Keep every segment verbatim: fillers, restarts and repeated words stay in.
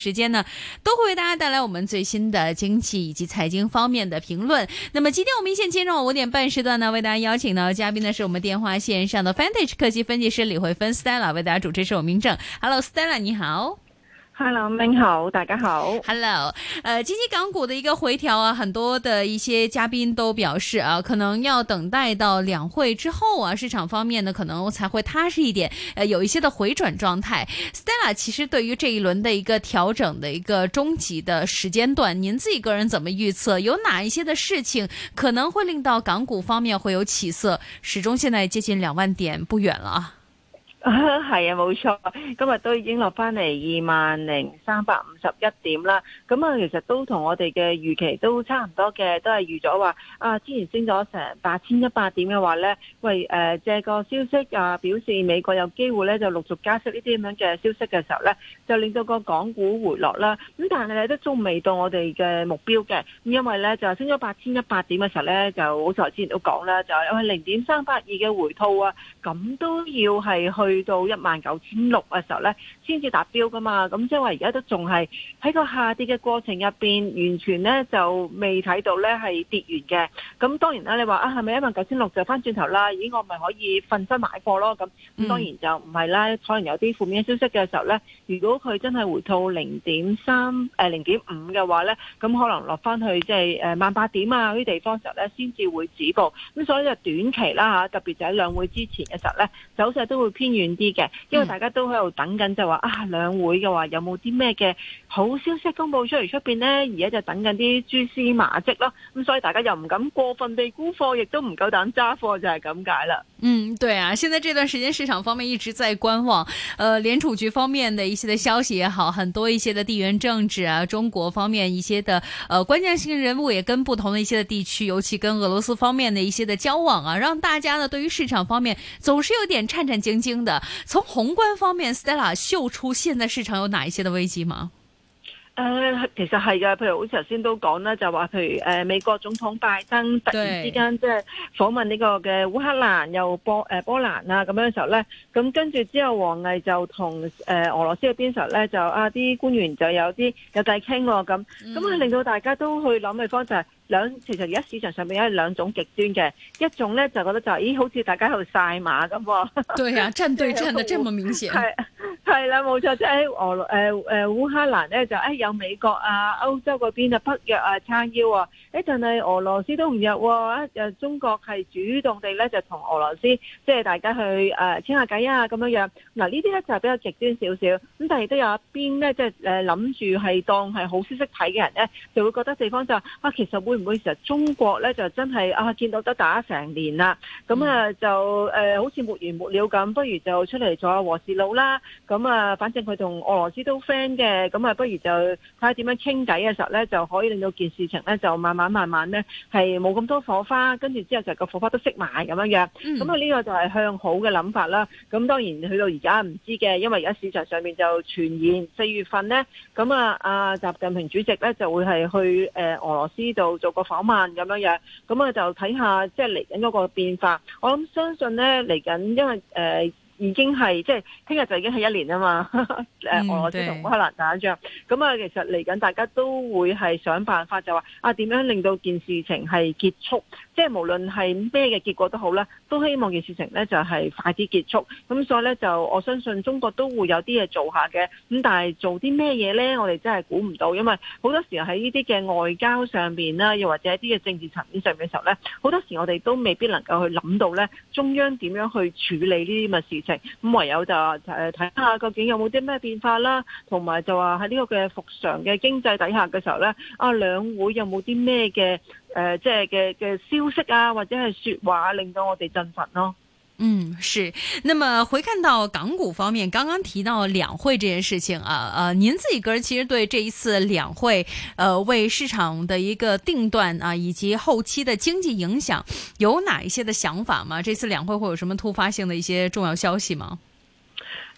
时间呢，都会为大家带来我们最新的经济以及财经方面的评论。那么今天我们一线金融五点半时段呢，为大家邀请到的嘉宾呢是我们电话线上的 Vantage 科技分析师李慧芬 Stella， 为大家主持是我明正。Hello Stella， 你好。 Hello， 明好，大家好。 Hello， 呃，近期港股的一个回调啊，很多的一些嘉宾都表示啊，可能要等待到两会之后啊，市场方面呢可能才会踏实一点，呃，有一些的回转状态。Stella， 其实对于这一轮的一个调整的一个终极的时间段，您自己个人怎么预测？有哪一些的事情可能会令到港股方面会有起色？始終現在接近兩萬點不遠了啊。 係啊，冇錯，今日都已經落翻嚟二萬零三百五十一點啦。咁啊，其實都同我哋嘅預期都差唔多嘅，都係預咗話啊，之前升咗成八千一百點嘅話咧，喂誒、呃，借個消息啊，表示美國有機會咧就陸續加息呢啲咁樣嘅消息嘅時候咧，就令到個港股回落啦。咁但係咧都仲未到我哋嘅目標嘅，咁因為咧就升咗八千一百點嘅時候咧，就好似我之前都講啦，就因為零點三八二嘅回吐啊，咁都要係去。去到一萬九千六嘅時候咧，先至達標噶嘛，咁即係話而家都仲係喺個下跌嘅過程入邊，完全咧就未睇到咧係跌完嘅。咁當然啦，你話啊係咪一萬九千六就翻轉頭啦？咦，我咪可以瞓身買貨咯？咁咁當然就唔係啦，可能有啲負面嘅消息嘅時候咧，如果佢真係回吐零點三誒零點五嘅話咧，咁可能落翻去即係誒萬八點啊嗰啲地方時候咧，先至會止步。咁所以就短期啦嚇，特別就喺兩會之前嘅時候咧，走勢都會偏遠啲嘅，因為大家都喺度等緊就話啊兩會嘅話有冇啲咩嘅好消息公布出嚟出邊呢？而家就等緊啲蛛絲馬跡咯，咁所以大家又唔敢過分地沽貨，亦都唔夠膽揸貨，就係咁解啦。 嗯，對啊，現在這段時間市場方面一直在觀望，呃，聯儲局方面的一些的消息也好，很多一些的地緣政治啊，中國方面一些的呃關鍵性人物也跟不同的一些的地區，尤其跟俄羅斯方面的一些的交往啊，讓大家呢對於市場方面總是有點戰戰兢兢的。從宏觀方面 ，Stella 嗅出現在市場有哪一些的危機嗎？ 誒、呃，其實係嘅，譬如好似頭先都講啦，就話譬如誒、呃、美國總統拜登突然之間即係訪問呢個嘅烏克蘭又波誒、呃、波蘭啊咁樣嘅時候咧，咁跟住之後王毅就同誒、呃、俄羅斯嗰邊時候咧就啊啲官員就有啲有偈傾喎咁，咁啊令到大家都去諗嘅方就係、是。兩其實而家市場上面有兩種極端嘅，一種咧就覺得就係、是、咦好似大家喺度晒馬咁喎。對啊，戰對戰得這麼明顯。係係啦，冇錯，即係俄誒誒、呃、烏克蘭咧就誒、哎、有美國啊、歐洲嗰邊啊北約啊撐腰啊，誒但係俄羅斯都唔弱喎，誒中國係主動地咧就同俄羅斯即係大家去誒傾下偈啊咁樣樣。嗱呢啲咧就係比較極端少少，咁但係都有一邊咧即係誒諗住係當係好消息睇嘅人咧，就會覺得地方就啊其實會。會其實中國咧就真係啊見到得打成年啦，咁啊就誒、呃、好似沒完沒了咁，不如就出嚟做下和事佬啦。咁啊，反正佢同俄羅斯都 friend 嘅，咁啊不如就睇下點樣傾偈嘅時候咧，就可以令到件事情咧就慢慢慢慢咧係冇咁多火花，跟住之後就個火花都熄埋咁樣樣。咁啊呢個就係向好嘅諗法啦。咁當然去到而家唔知嘅，因為而家市場上面就傳言四月份咧，咁啊啊習近平主席咧就會係去誒、呃、俄羅斯度做個訪問咁樣樣，咁啊就睇下即係嚟緊嗰個變化。我諗相信咧嚟緊，因為誒。呃已經係即係聽日就已經係一年啊嘛，誒俄羅斯同烏克蘭打仗，咁啊、嗯、其實嚟緊大家都會係想辦法就話啊點樣令到件事情係結束，即係無論係咩嘅結果都好啦，都希望件事情咧就係、是、快啲結束。咁所以咧就我相信中國都會有啲嘢做下嘅，咁但係做啲咩嘢咧，我哋真係估唔到，因為好多時候喺呢啲嘅外交上邊啦，又或者一啲嘅政治層面上面嘅時候咧，好多時我哋都未必能夠去諗到咧中央點樣去處理呢啲咁嘅事情。咁唯有就誒睇下究竟有冇啲咩變化啦，同埋就話喺呢個嘅復常嘅經濟底下嘅時候咧，啊兩會有冇啲咩嘅誒即係嘅嘅消息啊，或者係說話令到我哋振奮咯。 嗯，是。那麼回看到港股方面，剛剛提到兩會這件事情啊，呃，您自己個人其實對這一次兩會，呃，為市場的一個定段啊，以及後期的經濟影響，有哪一些的想法嗎？這次兩會會有什麼突發性的一些重要消息嗎？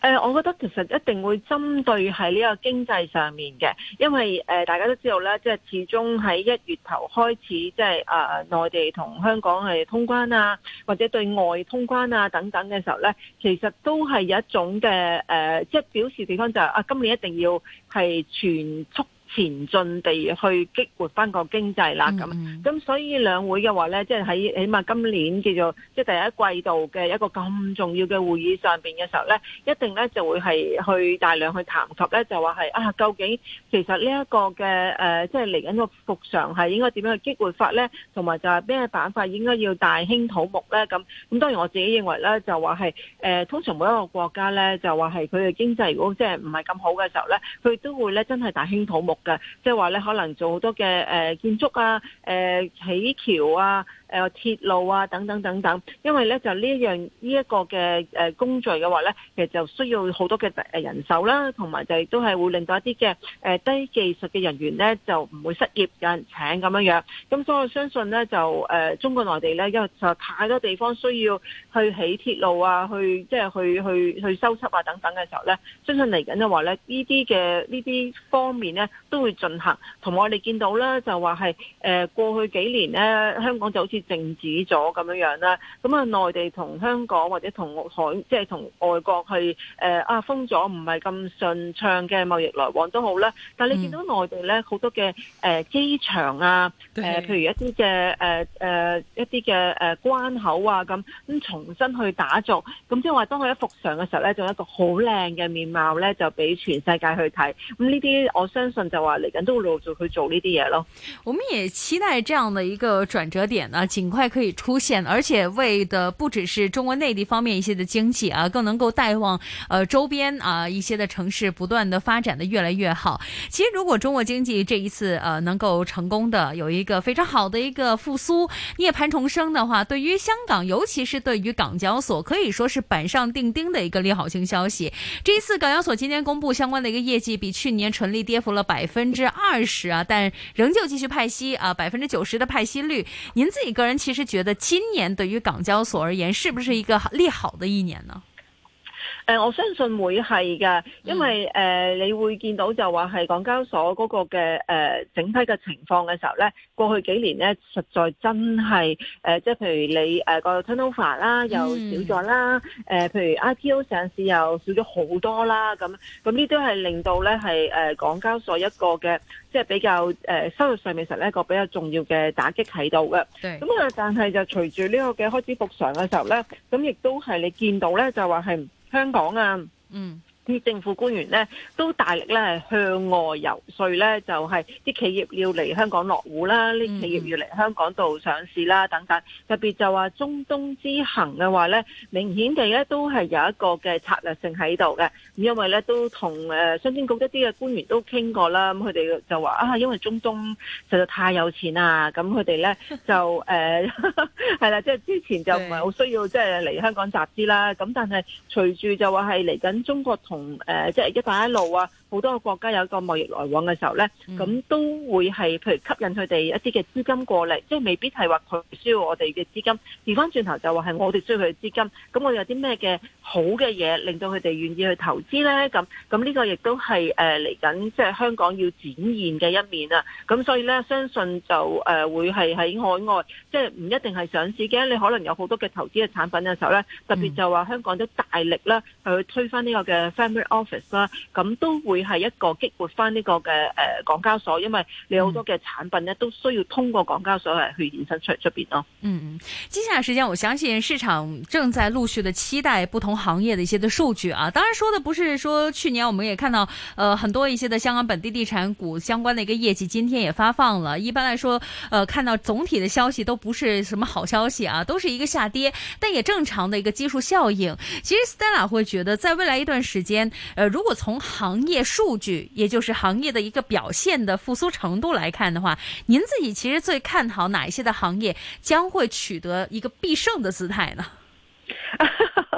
誒、呃，我覺得其實一定會針對喺呢個經濟上面嘅，因為誒、呃、大家都知道咧，即係始終喺一月頭開始，即係誒內地同香港係通關啊，或者對外通關啊等等嘅時候咧，其實都係有一種嘅誒、呃，即係表示地方就係、是、啊，今年一定要係全速前進地去激活翻個經濟啦，咁咁、mm hmm. 所以兩會嘅話咧，即係喺起碼今年叫做即係第一季度嘅一個咁重要嘅會議上邊嘅時候咧，一定咧就會係去大量去談及咧，就話係啊，究竟其實呢一個嘅誒、呃，即係嚟緊個復常係應該點樣去激活法咧，同埋就係咩板塊應該要大興土木咧？咁咁當然我自己認為咧，就話係誒，通常每一個國家咧，就話係佢嘅經濟如果即係唔係咁好嘅時候咧，佢都會咧真係大興土木嘅，即係話咧可能做好多嘅誒、呃、建築啊、誒、呃、起橋啊、誒、呃、鐵路啊等等等等，因為咧就呢一樣呢一個嘅誒工序嘅話咧，其實就需要好多嘅誒人手啦，同埋就亦都係會令到一啲嘅誒低技術嘅人員咧就唔會失業，有人請咁樣樣。咁所以我相信咧就誒、呃、中國內地咧，因為就太多地方需要去起鐵路啊，去即係去去去修葺啊等等嘅時候咧，相信嚟緊嘅話咧，呢啲嘅呢啲方面咧都會進行。同埋我哋見到咧就話係誒過去幾年咧，香港就好似靜止咗咁樣樣啦。咁啊內地同香港或者同海即係同外國去誒、呃、啊封咗唔係咁順暢嘅貿易來往都好啦。但係你見到內地咧好多嘅誒、呃、機場啊，誒、呃、譬如一啲嘅誒誒一啲嘅誒關口啊咁咁重新去打造，咁即係話當佢一復常嘅時候咧，就有一個好靚嘅面貌咧，就俾全世界去睇。咁呢啲我相信就話嚟緊都會陸續去做呢啲嘢咯。 我們也期待這樣的一個轉折點呢，盡快可以出現，而且為的不只是中國內地方面一些的經濟啊，更能夠帶旺呃周邊啊一些的城市不斷的發展的越來越好。其實如果中國經濟這一次呃能夠成功的有一個非常好的一個復甦，涅槃重生的話，對於香港，尤其是對於港交所，可以說是板上釘釘的一個利好性消息。這一次港交所今天公布相關的一個業績，比去年純利跌幅了百分之二十啊，但仍舊繼續派息啊，百分之九十的派息率。您自己個人其實覺得今年對於港交所而言，是不是一個利好的一年呢？ 誒、呃，我相信會係嘅，因為誒、呃，你會見到就話係港交所嗰個嘅誒、呃、整體嘅情況嘅時候咧，過去幾年咧，實在真係誒、呃，即係譬如你誒個 turnover 啦，又少咗啦，誒、呃，譬如 I P O 上市又少咗好多啦，咁咁呢都係令到咧係誒港交所一個嘅即係比較誒、呃、收入上面實咧一個比較重要嘅打擊喺度嘅。咁啊，但係就隨住呢個嘅開始復常嘅時候咧，咁亦都係你見到咧就話係。香港啊，嗯，啲政府官員咧都大力咧係向外游說咧，就係、是、啲企業要嚟香港落戶啦，啲、嗯、企業要嚟香港度上市啦等等。特別就話中東之行嘅話咧，明顯地咧都係有一個嘅策略性喺度嘅。因為咧都同誒商經局一啲嘅官員都傾過啦，咁佢哋就話啊，因為中東實在太有錢啦，咁佢哋咧就誒係啦，即係之前就唔係好需要即係嚟香港集資啦。咁但係隨住就話係嚟緊中國同誒即係一帶一路啊，好多個國家有一個貿易來往嘅時候咧，咁、嗯、都會係譬如吸引佢哋一啲嘅資金過嚟，即係未必係話佢需要我哋嘅資金，調翻轉頭就話係我哋需要佢嘅資金。咁我哋有啲咩嘅好嘅嘢令到佢哋願意去投資咧？咁咁呢個亦都係誒嚟緊即係香港要展現嘅一面啊！咁所以咧，相信就誒、呃、會係喺海外，即係唔一定係上市嘅，你可能有好多嘅投資嘅產品嘅時候咧，特別就話香港都大力啦去推翻呢個嘅 family office 啦，咁都會係一個激活翻呢個嘅誒港交所，因為你好多嘅產品咧都需要通過港交所嚟去衍生出嚟出邊咯。嗯嗯， 接下來時間，我相信市場正在陸續的期待不同行業的一些的數據啊。當然說的不是說去年我們也看到，呃，很多一些的香港本地地產股相關的一個業績，今天也發放了。一般來說，呃，看到總體的消息都不是什麼好消息啊，都是一個下跌，但也正常的一個基數效應。其實 Stella 會覺得，在未來一段時間，呃，如果從行業數據，也就是行業的一個表現的復甦程度來看的話，您自己其實最看好哪一些的行業將會取得一個必勝的姿態呢？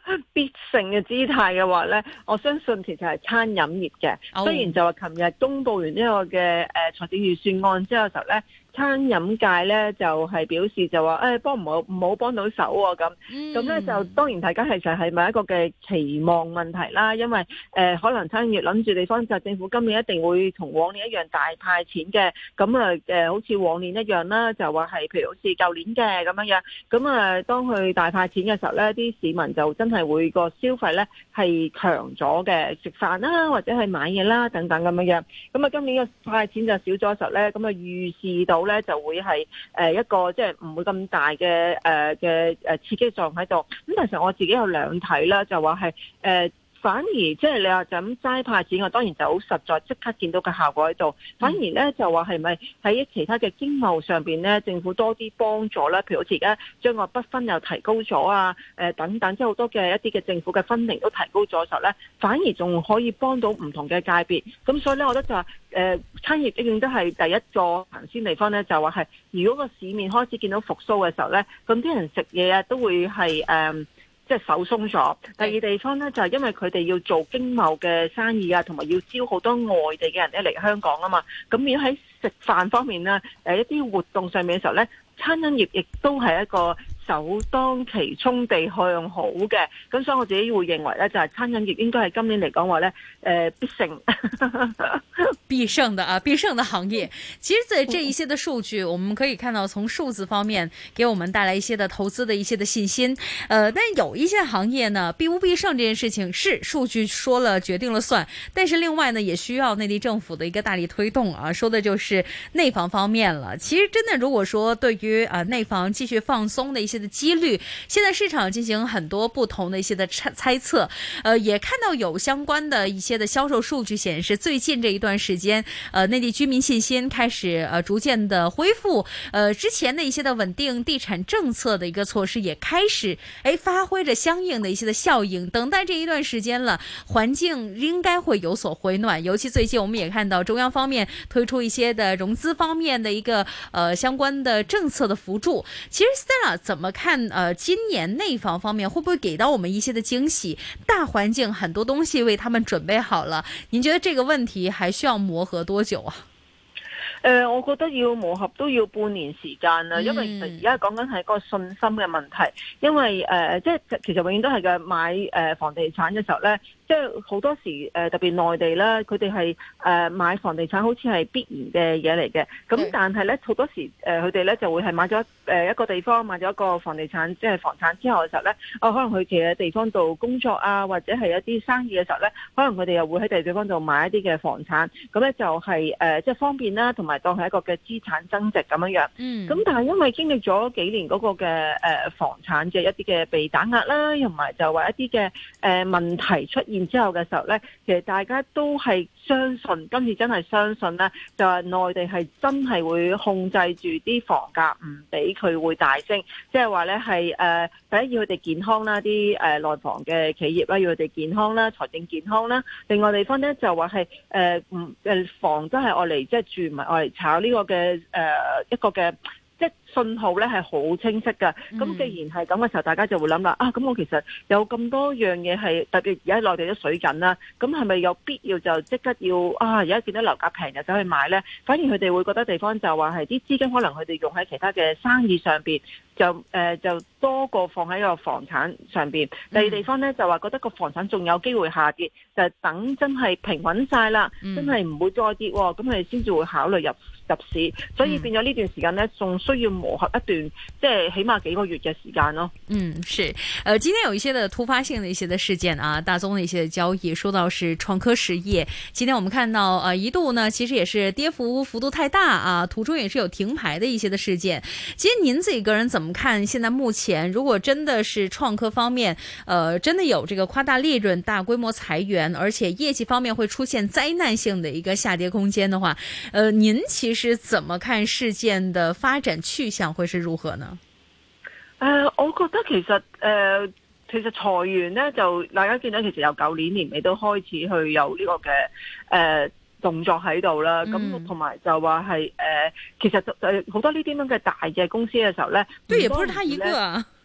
必勝嘅姿態嘅話咧，我相信其實係餐飲業嘅。Oh. 雖然就話琴日公布完呢個嘅誒財政預算案之後嘅時候咧，餐飲界咧就係、是、表示就話誒、哎、幫唔好唔好幫到手喎咁。咁咧、mm. 就當然大家其實係咪一個嘅期望問題啦？因為誒、呃、可能餐飲業諗住地方就政府今年一定會同往年一樣大派錢嘅。咁啊誒好似往年一樣啦，就話係譬如好似舊年嘅咁樣樣。咁啊當佢大派錢嘅時候咧，啲市民就真係會個消費咧係強咗嘅，食飯啦或者係買嘢啦等等咁樣樣。咁啊今年個派錢就少咗嘅時候咧，咁啊預示到咧就會係誒一個即係唔會咁大嘅誒嘅誒刺激作用喺度。咁其實我自己有兩睇啦，就話係誒。反而即係你話就咁齋派錢，我當然就好實在，即刻見到個效果喺度。反而咧就話係咪喺其他嘅經貿上邊咧，政府多啲幫助啦？譬如好似而家將個不分又提高咗啊，誒等等，即係好多嘅一啲嘅政府嘅分明都提高咗嘅時候咧，反而仲可以幫到唔同嘅界別。咁所以咧，我覺得就話誒餐業一定都係第一個行先地方咧，就話係如果個市面開始見到復甦嘅時候咧，咁啲人食嘢啊都會係誒。呃即係手鬆咗。第二地方咧就係因為佢哋要做經貿嘅生意啊，同埋要招好多外地嘅人咧嚟香港啊嘛。咁如果喺食飯方面咧，誒一啲活動上面嘅時候咧，餐飲業亦都係一個首當其衝地向好嘅。咁所以我自己會認為咧，就係餐飲業應該係今年嚟講話咧，誒必勝必勝的啊，必勝的行業。其實在這一些的數據，我們可以看到從數字方面給我們帶來一些的投資的一些的信心。呃，但有一些行業呢，必不必勝這件事情是數據說了決定了算，但是另外呢，也需要內地政府的一個大力推動啊。說的就是內房方面了。其實真的如果說對於啊內房繼續放鬆的一些的幾率，現在市場進行很多不同的一些的猜猜測。呃，也看到有相關的一些的銷售數據顯示，最近這一段時間，呃，內地居民信心開始呃逐漸的恢復，呃，之前的一些的穩定地產政策的一個措施也開始，誒，發揮着相應的一些的效應。等待這一段時間了，環境應該會有所回暖。尤其最近我們也看到中央方面推出一些的融資方面的一個呃相關的政策的輔助。其實 Stella 怎麼看？呃，今年內房方面會不會給到我們一些的驚喜？大環境很多東西為他們準備好了，您覺得這個問題還需要磨合多久啊？ 誒、呃，我覺得要磨合都要半年時間啦，因為其實而家講緊係個信心嘅問題，因為誒、呃，即係其實永遠都係嘅買誒、呃、房地產嘅時候咧。即係好多時誒、呃，特別內地啦，佢哋係誒買房地產好似係必然嘅嘢嚟嘅。咁但係咧好多時誒，佢哋咧就會係買咗誒一個地方，買咗一個房地產，即係房產之後嘅時候咧，哦、呃，可能佢其他地方度工作啊，或者係一啲生意嘅時候咧，可能佢哋又會喺第二地方度買一啲嘅房產。咁咧就係、是、誒、呃，即係方便啦，同埋當係一個嘅資產增值咁樣樣。嗯。咁但係因為經歷咗幾年嗰個嘅誒、呃、房產嘅一啲嘅被打壓啦，同埋就話一啲嘅誒問題出現。然之後嘅時候咧，其實大家都係相信，今次真係相信咧，就係內地係真係會控制住啲房價，唔俾佢會大升。即係話咧係誒，第一要佢哋健康啦，啲誒內房嘅企業啦，要佢哋健康啦，財政健康啦。另外地方咧就話係誒唔誒房真係愛嚟即係住，唔係愛嚟炒呢個嘅誒、呃、一個嘅。即係信號咧係好清晰㗎，咁既然係咁嘅時候，大家就會諗啦，啊咁我其實有咁多樣嘢係特別而家內地都水緊啦，咁係咪有必要就即刻要啊？而家見到樓價平就走去買咧？反而佢哋會覺得地方就話係啲資金可能佢哋用喺其他嘅生意上邊，就誒、呃、就多過放喺個房產上邊。第二地方咧就話覺得個房產仲有機會下跌，就係、等真係平穩晒啦，真係唔會再跌，咁佢哋先至會考慮入入市。所以變咗呢段時間咧，仲需要磨合一段，即係起碼幾個月嘅時間咯。 嗯，是，呃，今天有一些的突發性的一些的事件啊，大宗的一些的交易，說到是創科實業，今天我們看到，呃，一度呢，其實也是跌幅幅度太大啊，途中也是有停牌的一些的事件。其實您自己個人怎麼看？現在目前，如果真的是創科方面，呃，真的有這個誇大利潤、大規模裁員，而且業績方面會出現災難性的一個下跌空間的話，呃，您其實怎麼看事件的發展去向會是如何呢？ 誒、呃，我覺得其實誒、呃，其實裁員咧就大家見到，其實由舊年年尾都開始去有呢個嘅誒、呃、動作喺度啦。咁同埋就話係誒，其實誒好多呢啲咁嘅大嘅公司嘅時候咧， 對，也不是他一個啊。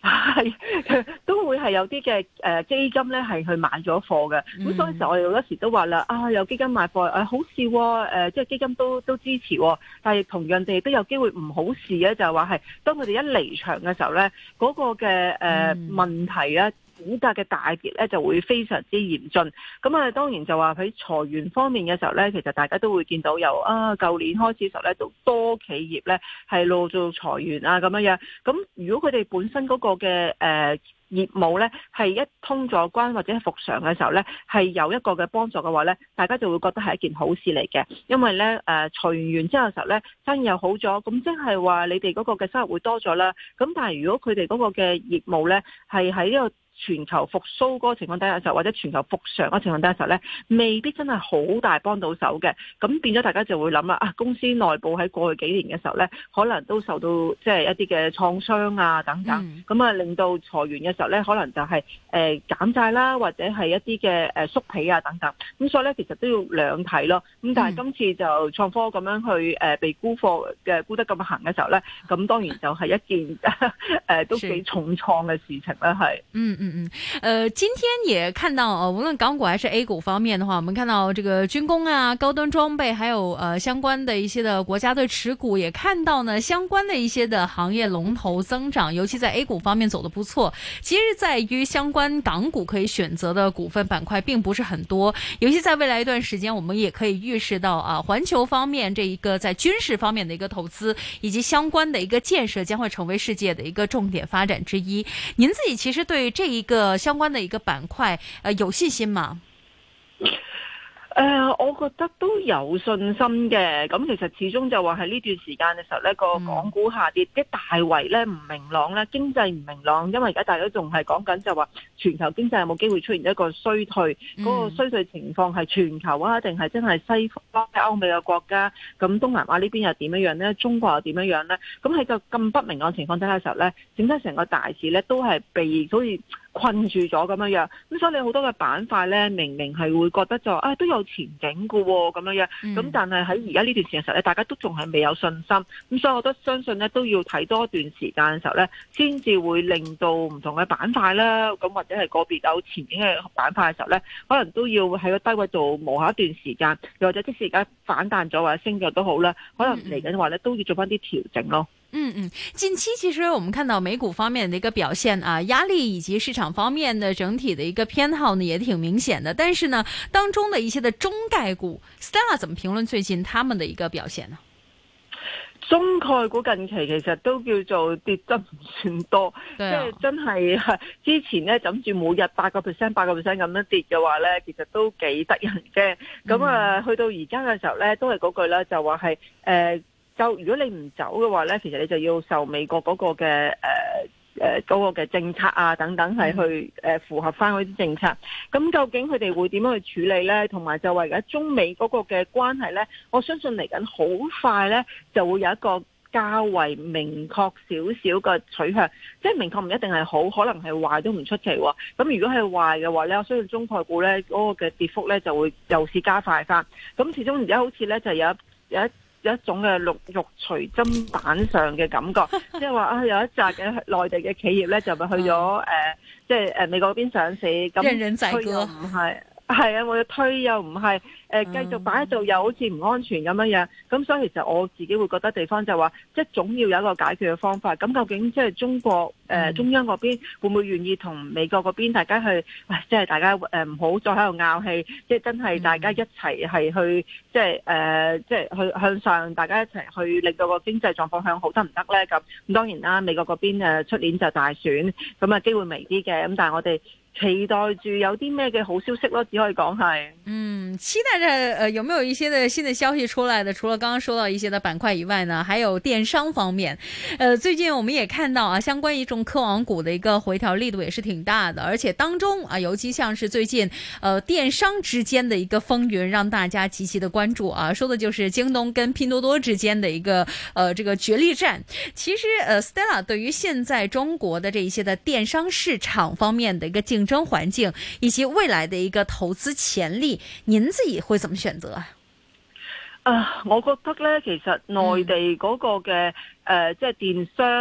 係都會係有啲嘅誒基金咧係去買咗貨嘅，咁、嗯、所以時候我哋好多時都話啦，啊有基金買貨誒、啊、好事喎、哦，誒、呃、即係基金都都支持、哦，但係同樣地都有機會唔好事嘅，就係話係當佢哋一離場嘅時候咧，嗰、那個嘅誒、呃嗯、問題啊。股價嘅大跌咧就會非常之嚴峻，咁啊當然就話喺裁員方面嘅時候咧，其實大家都會見到由啊舊年開始嘅時候咧，都多企業咧係陸續裁員啊咁樣樣，咁如果佢哋本身嗰個嘅誒、呃、業務咧係一通咗關或者係復常嘅時候咧，係有一個嘅幫助嘅話咧，大家就會覺得係一件好事嚟嘅，因為咧誒、呃、裁員完之後嘅時候咧，生意又好咗，咁即係話你哋嗰個嘅收入會多咗啦，咁但係如果佢哋嗰個嘅業務咧係喺呢個全球復甦嗰個情況底下嘅時候，或者全球復常嗰個情況底下嘅時候咧，未必真係好大幫到手嘅。咁變咗大家就會諗啦，啊公司內部喺過去幾年嘅時候咧，可能都受到即係一啲嘅創傷啊等等，咁、嗯、啊令到裁員嘅時候咧，可能就係誒減債啦，或者係一啲嘅誒縮皮啊等等。咁所以咧，其實都要兩睇咯。咁但係今次就創科咁樣去誒被沽貨嘅沽得咁行嘅時候咧，咁當然就係一件誒都幾重創嘅事情啦，係。 嗯。嗯嗯，呃，今天也看到，呃，無論港股還是 A 股方面的話，我們看到這個軍工啊、高端裝備，還有呃相關的一些的國家隊持股，也看到呢相關的一些的行業龍頭增長，尤其在 A 股方面走得不錯。其實在於相關港股可以選擇的股份板塊並不是很多，尤其在未來一段時間，我們也可以預示到啊，環球方面這一個在軍事方面的一個投資以及相關的一個建設，將會成為世界的一個重點發展之一。您自己其實對這一個相關的一個板塊，呃，有信心嗎？ 誒、呃，我覺得都有信心嘅。咁其實始終就話係呢段時間嘅時候呢個港股下跌，啲、嗯、大圍呢唔明朗啦，經濟唔明朗，因為而家大家仲係講緊就話全球經濟有冇機會出現一個衰退，嗰、嗯那個衰退情況係全球啊，定係真係西方嘅歐美嘅國家？咁東南亞呢邊又點樣樣呢？中國又點樣樣呢？咁喺個咁不明朗情況底下嘅時候呢，整體成個大市呢都係被好似困住咗咁樣樣，咁所以你好多嘅板塊咧，明明係會覺得就啊都有前景嘅喎，咁樣樣，咁、嗯、但係喺而家呢段時間嘅時候咧，大家都仲係未有信心，咁所以我都相信咧都要睇多一段時間嘅時候咧，先至會令到唔同嘅板塊啦，咁或者係個別有前景嘅板塊嘅時候咧，可能都要喺個低位度磨下一段時間，又或者即使而家反彈咗或者升咗都好啦，可能嚟緊嘅話咧都要做翻啲調整咯。 嗯嗯，近期其實我們看到美股方面的一個表現啊，壓力以及市場方面的整體的一個偏好呢，也挺明顯的。但是呢，當中的一些的中概股 ，Stella 怎麼評論最近他們的一個表現呢？ 中概股近期其實都叫做跌得唔算多，即係、啊、真係之前呢，枕住每日八個 percent、八個 percent 咁樣跌嘅話呢，其實都幾得人驚。咁啊、嗯，去到而家嘅時候呢，都係嗰句啦，就話係誒。呃就如果你唔走嘅話咧，其實你就要受美國嗰個嘅誒誒嗰個嘅政策啊等等係去誒符合翻嗰啲政策。咁究竟佢哋會點樣去處理咧？同埋就話而家中美嗰個嘅關係咧，我相信嚟緊好快咧就會有一個較為明確少少嘅取向。即係明確唔一定係好，可能係壞都唔出奇喎。咁如果係壞嘅話咧，我相信中概股咧嗰個嘅跌幅咧就會又是加快翻。咁始終而家好似咧就有一有一。有一種嘅肉肉隨砧板上嘅感覺，即係話啊，有一紮嘅內地嘅企業咧就咪去咗誒、呃，即係誒美國嗰邊上市，咁佢又唔係，係啊，我要推又唔係。誒繼續擺喺度又好似唔安全咁樣樣，咁所以其實我自己會覺得地方就話，即係總要有一個解決嘅方法。咁究竟即係中國誒、呃、中央嗰邊會唔會願意同美國嗰邊大家去，即係大家誒唔好再喺度拗氣，即係真係大家一齊係去，即係誒即係去向上，大家一齊去令到個經濟狀況向好得唔得咧？咁咁當然啦，美國嗰邊誒出年就大選，咁啊機會微啲嘅，咁但係我哋期待住有啲咩嘅好消息咯，只可以講係嗯期待。呃，有沒有一些的新的消息出來的？除了剛剛說到一些的板塊以外呢，還有電商方面。呃，最近我們也看到啊，相關一眾科網股的一個回調力度也是挺大的，而且當中啊，尤其像是最近呃電商之間的一個風雲，讓大家極其的關注啊。說的就是京東跟拼多多之間的一個呃這個角力戰。其實呃，Stella 對於現在中國的這一些的電商市場方面的一個競爭環境以及未來的一個投資潛力，您自己會怎麼選擇啊？ 啊，我覺得咧，其實內地嗰個嘅誒，即係電商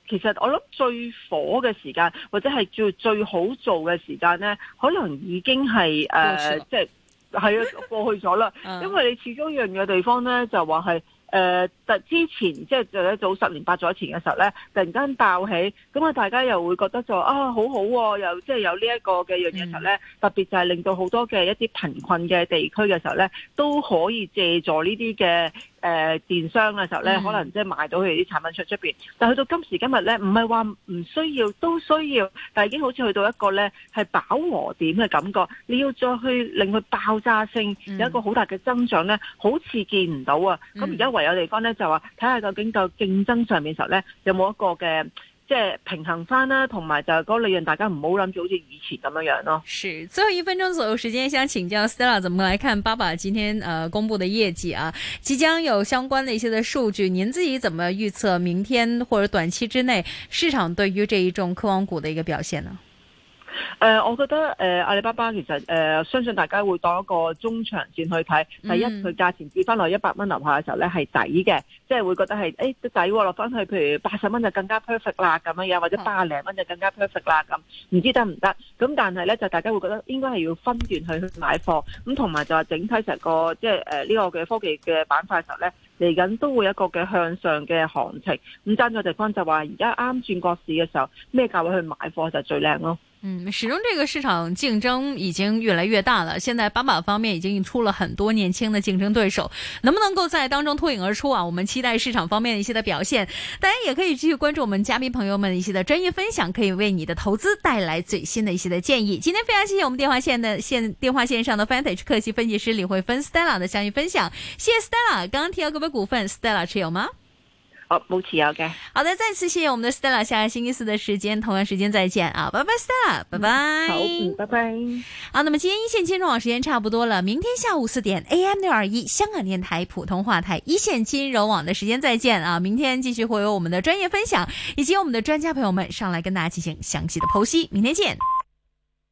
其實我諗最火嘅時間或者係最最好做嘅時間咧，可能已經係誒即係係啊過去咗啦。因為你始終一樣嘅地方咧，就話係。誒、呃，突之前即係就喺早十年八載前嘅時候咧，突然間爆起，咁啊大家又會覺得就啊好好、啊，又即係有呢一個嘅樣嘢時候咧，特別就係令到好多嘅一啲貧困嘅地區嘅時候咧，都可以借助呢啲嘅誒電商嘅時候咧，嗯、可能即係賣到佢哋啲產品出出邊。但係去到今時今日咧，唔係話唔需要，都需要，但係已經好似去到一個咧係飽和點嘅感覺，你要再去令佢爆炸性、嗯、有一個好大嘅增長咧，好似見唔到啊！咁而家唯有地方咧就話睇下究竟個競爭上面時候咧有冇一個嘅即係平衡翻啦，同埋就係嗰個利潤大家唔好諗住好似以前咁樣樣咯。 是最後一分鐘左右時間，想請教 Stella， 怎麼來看爸爸今天呃公布的業績啊？即將有相關的一些的數據，您自己怎麼預測明天或者短期之內市場對於這一種科網股的一個表現呢？ 誒、呃，我覺得誒、呃、阿里巴巴其實誒、呃，相信大家會當一個中長線去睇。第一，佢價錢跌翻落一百蚊樓下嘅時候咧係抵嘅，即係會覺得係誒都抵落翻去，譬如八十蚊就更加 perfect 啦咁樣樣，或者八十零蚊就更加 perfect 啦咁，唔知得唔得？咁但係咧就大家會覺得應該係要分段去去買貨，咁同埋就係整體成個即係誒呢個嘅科技嘅板塊嘅時候咧，嚟緊都會有一個嘅向上嘅行情。咁爭咗地方就話而家啱轉角市嘅時候，咩價位去買貨就最靚咯。 嗯，始終這個市場競爭已經越來越大了。現在爸爸方面已經出了很多年輕的競爭對手，能不能夠在當中脫穎而出啊？我們期待市場方面的一些的表現。大家也可以繼續關注我們嘉賓朋友們的一些的專業分享，可以為你的投資帶來最新的一些的建議。今天非常謝謝我們電話線的線電話線上的 Vantage 科技分析師李慧芬 Stella 的詳細分享。謝謝 Stella。剛剛提到各位股份 Stella 持有嗎？ 哦，冇持有嘅。 好的，再次謝謝我們的 Stella， 下個星期四的時間同樣時間再見啊，拜拜 Stella， 拜拜。 好，嗯，拜拜。 好，那麼今天一線金融網時間差不多了，明天下午四點 A M 六二一香港電台普通話台一線金融網的時間再見啊，明天繼續會有我們的專業分享以及我們的專家朋友們上來跟大家進行詳細的剖析，明天見。